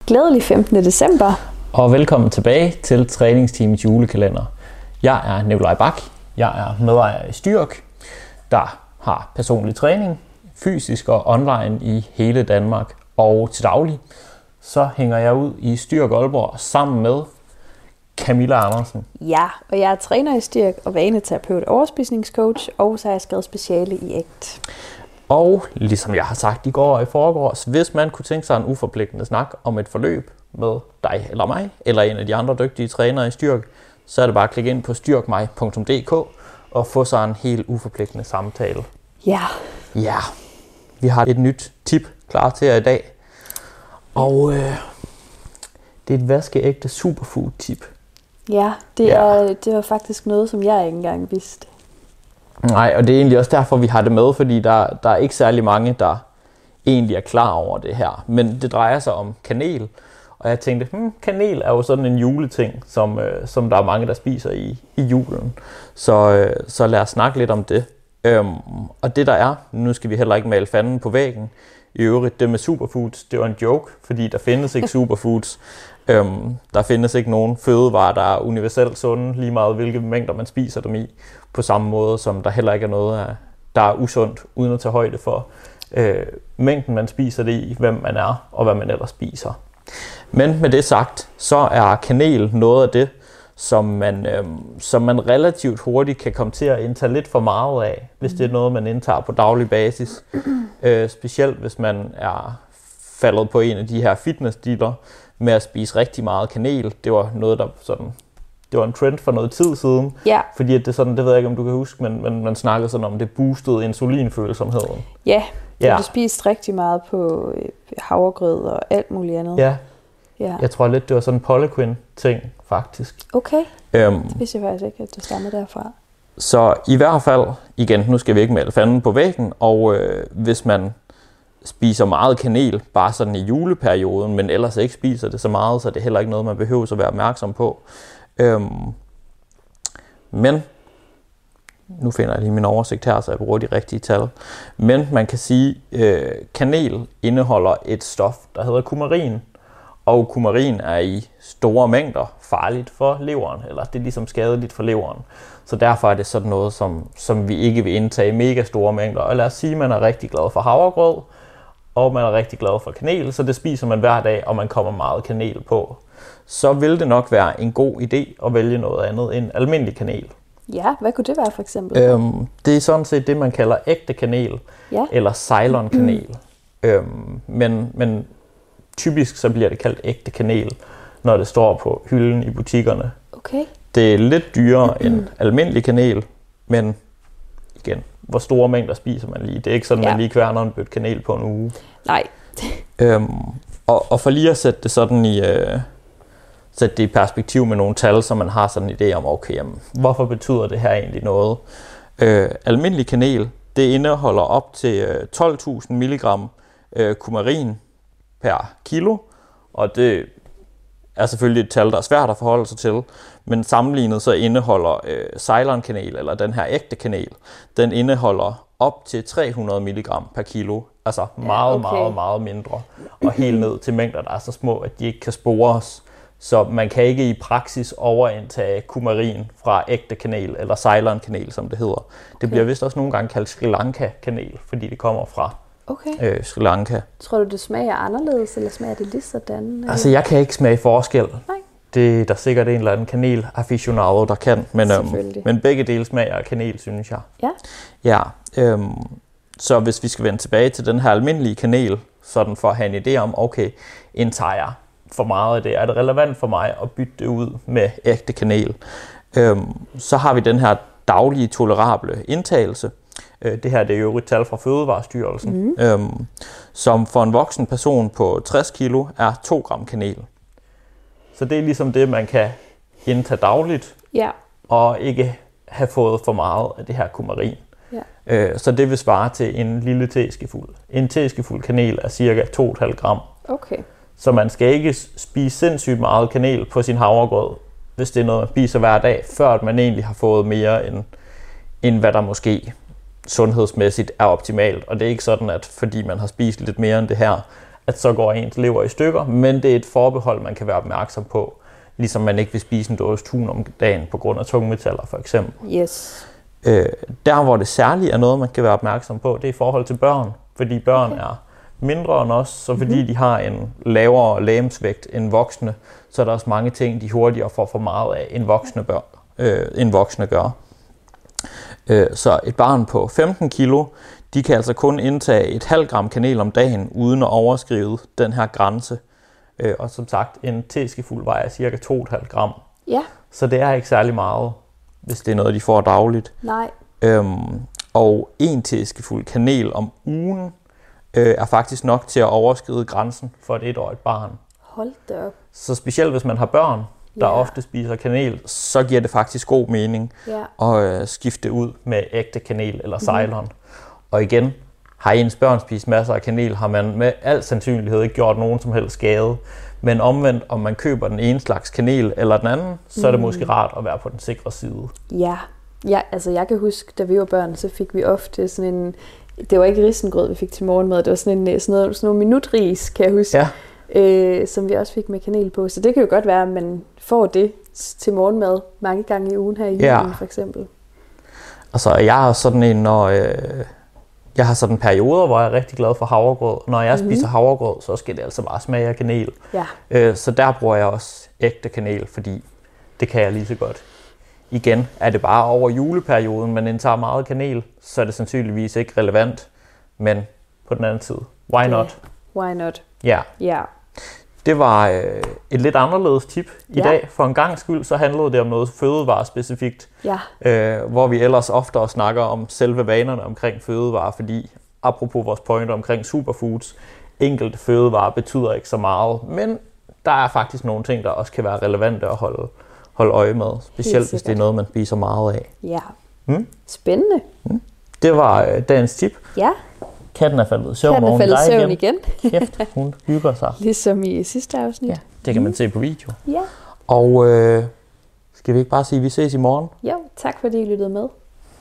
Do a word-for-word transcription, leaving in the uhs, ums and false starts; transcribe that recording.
Glædelig femtende december. Og velkommen tilbage til træningsteamets julekalender. Jeg er Nikolaj Bak. Jeg er medejer i Styrk, der har personlig træning, fysisk og online i hele Danmark. Og til daglig, så hænger jeg ud i Styrk Aalborg sammen med Camilla Andersen. Ja, og jeg er træner i Styrk og vaneterapeut og overspisningscoach, og så har jeg skrevet speciale i A C T. Og ligesom jeg har sagt i går og i forgårs, hvis man kunne tænke sig en uforpligtende snak om et forløb med dig eller mig, eller en af de andre dygtige trænere i Styrk, så er det bare at klikke ind på styrkmig punktum d k og få sig en helt uforpligtende samtale. Ja. Ja, vi har et nyt tip klar til jer i dag. Og øh, det er et vaskeægte superfood tip. Ja, det, Ja. Er, det var faktisk noget, som jeg ikke engang vidste. Nej, og det er egentlig også derfor, vi har det med, fordi der, der er ikke særlig mange, der egentlig er klar over det her. Men det drejer sig om kanel, og jeg tænkte, hmm, kanel er jo sådan en juleting, som, øh, som der er mange, der spiser i, i julen. Så, øh, så lad os snakke lidt om det. Øhm, og det der er, nu skal vi heller ikke male fanden på væggen. I øvrigt, det med superfoods, det var en joke, fordi der findes ikke superfoods. Øhm, der findes ikke nogen fødevarer, der er universelt sunde, lige meget hvilke mængder man spiser dem i. På samme måde som der heller ikke er noget, der er usundt, uden at tage højde for øh, mængden man spiser det i, hvem man er og hvad man ellers spiser. Men med det sagt, så er kanel noget af det, som man, øh, som man relativt hurtigt kan komme til at indtage lidt for meget af, hvis det er noget, man indtager på daglig basis. Øh, specielt hvis man er faldet på en af de her fitnessdiler med at spise rigtig meget kanel. Det var noget, der sådan, det var en trend for noget tid siden. Ja. Fordi at det sådan, det ved jeg ikke, om du kan huske, men, men man snakkede sådan om, det boostede insulinfølsomheden. Ja, det Ja. blev spist rigtig meget på øh, havregrød og alt muligt andet. Ja, Ja. jeg tror lidt, det var sådan en Poliquin-ting, faktisk. Okay, Øhm, det vidste jeg faktisk ikke, at det stammer derfra. så i hvert fald, igen, nu skal vi ikke male fanden på væggen, og øh, hvis man spiser meget kanel, bare sådan i juleperioden, men ellers ikke spiser det så meget, så er det heller ikke noget, man behøver at være opmærksom på. Øhm, men, nu finder jeg lige min oversigt her, så jeg bruger de rigtige tal. Men man kan sige, øh, kanel indeholder et stof, der hedder kumarin. Og kumarin er i store mængder farligt for leveren, eller det er ligesom skadeligt for leveren. Så derfor er det sådan noget, som, som vi ikke vil indtage i mega store mængder. Og lad os sige, at man er rigtig glad for havregrød, og man er rigtig glad for kanel, så det spiser man hver dag, og man kommer meget kanel på. Så vil det nok være en god idé at vælge noget andet end almindelig kanel. Ja, hvad kunne det være for eksempel? Øhm, det er sådan set det, man kalder ægte kanel, Ja. eller Ceylon-kanel. Mm. Øhm, men, men typisk så bliver det kaldt ægte kanel, når det står på hylden i butikkerne. Okay. Det er lidt dyrere end almindelig kanel, men igen, hvor store mængder spiser man lige? Det er ikke sådan, Ja. man lige kværner en bøtte kanel på en uge. Nej. Øhm, og, og for lige at sætte det sådan i, øh, sætte det i perspektiv med nogle tal, så man har sådan en idé om, okay, jamen, hvorfor betyder det her egentlig noget? Øh, almindelig kanel, det indeholder op til øh, tolv tusind milligram øh, kumarin per kilo, og det er selvfølgelig et tal, der er svært at forholde sig til, men sammenlignet så indeholder øh, Ceylon-kanel, eller den her ægte kanel, den indeholder op til tre hundrede milligram per kilo, altså meget, okay. meget, meget mindre, og helt ned til mængder, der er så små, at de ikke kan spores. Så man kan ikke i praksis overindtage kumarin fra ægte kanel, eller Ceylon-kanel, som det hedder. Okay. Det bliver vist også nogle gange kaldt Sri Lanka-kanel, fordi det kommer fra Okay. øh, Sri Lanka. Tror du, det smager anderledes, eller smager det lige sådan? Altså, jeg kan ikke smage forskel. Nej. Det er der sikkert en eller anden kanel-aficionado, der kan. Men, øhm, Selvfølgelig. men begge dele smager af kanel, synes jeg. Ja. Ja, øhm, så hvis vi skal vende tilbage til den her almindelige kanel, sådan for at have en idé om, okay, indtager jeg for meget af det? Er det relevant for mig at bytte det ud med ægte kanel? Øhm, så har vi den her daglige tolerable indtagelse. Det her det er jo et tal fra Fødevarestyrelsen, mm. øhm, som for en voksen person på tres kilo er to gram kanel. Så det er ligesom det, man kan indtage dagligt, Ja. og ikke have fået for meget af det her kumarin. Ja. Øh, så det vil svare til en lille teskefuld. En teskefuld kanel er cirka to komma fem gram. Okay. Så man skal ikke spise sindssygt meget kanel på sin havregrød, hvis det er noget, man spiser hver dag, før man egentlig har fået mere end, end hvad der måske sundhedsmæssigt er optimalt. Og det er ikke sådan, at fordi man har spist lidt mere end det her, at så går ens lever i stykker, men det er et forbehold, man kan være opmærksom på, ligesom man ikke vil spise en dåse tun om dagen på grund af tungmetaller for eksempel. Yes. Øh, der hvor det særligt er noget, man kan være opmærksom på, det er i forhold til børn, fordi børn okay. er mindre end os, så fordi mm-hmm. de har en lavere legemsvægt end voksne, så er der også mange ting, de hurtigere får for meget af, end voksne, bør, øh, end voksne gør. Øh, så et barn på femten kilo, de kan altså kun indtage et halvt gram kanel om dagen, uden at overskride den her grænse. Øh, og som sagt, en teskefuld vejer cirka to komma fem gram. Ja. Så det er ikke særlig meget, hvis det er noget, de får dagligt. Nej. Øhm, og en teskefuld kanel om ugen øh, er faktisk nok til at overskride grænsen for et etårigt barn. Hold da op. Så specielt hvis man har børn, der Ja. ofte spiser kanel, så giver det faktisk god mening Ja. at øh, skifte ud med ægte kanel eller Ceylon. Mm. Og igen, har ens børn spist masser af kanel, har man med al sandsynlighed ikke gjort nogen som helst skade. Men omvendt, om man køber den ene slags kanel eller den anden, så er det Mm. måske rart at være på den sikre side. Ja. Ja, altså jeg kan huske, da vi var børn, så fik vi ofte sådan en, det var ikke risengrød, vi fik til morgenmad, det var sådan, en, sådan, noget, sådan nogle minutris, kan jeg huske, Ja. øh, som vi også fik med kanel på. Så det kan jo godt være, at man får det til morgenmad mange gange i ugen her i julen, Ja. for eksempel. Altså, jeg er sådan en, når øh, jeg har sådan perioder, hvor jeg er rigtig glad for havregrød. Når jeg mm-hmm. spiser havregrød, så skal det altså bare smage af kanel. Ja. Øh, så der bruger jeg også ægte kanel, fordi det kan jeg lige så godt. Igen, er det bare over juleperioden, man indtager meget kanel, så er det sandsynligvis ikke relevant. Men på den anden side, why Det- not? Why not? Ja, Ja. det var øh, et lidt anderledes tip i Ja. dag. For en gang skyld, så handlede det om noget fødevarespecifikt. Ja. Øh, hvor vi ellers oftere snakker om selve vanerne omkring fødevarer, fordi apropos vores pointer omkring superfoods, enkelte fødevarer betyder ikke så meget, men der er faktisk nogle ting, der også kan være relevante at holde, holde øje med, specielt hvis det er noget, man spiser meget af. Ja. Mm? Spændende. Det var øh, dagens tip. Ja. Katten er faldet i søvn, Kan og der hun falde dig søvn igen? Kæft, hun hygger sig. Ligesom i sidste afsnit. Ja, det kan man se på video. Ja. Og øh, skal vi ikke bare sige, at vi ses i morgen? Jo, tak fordi I lyttede med.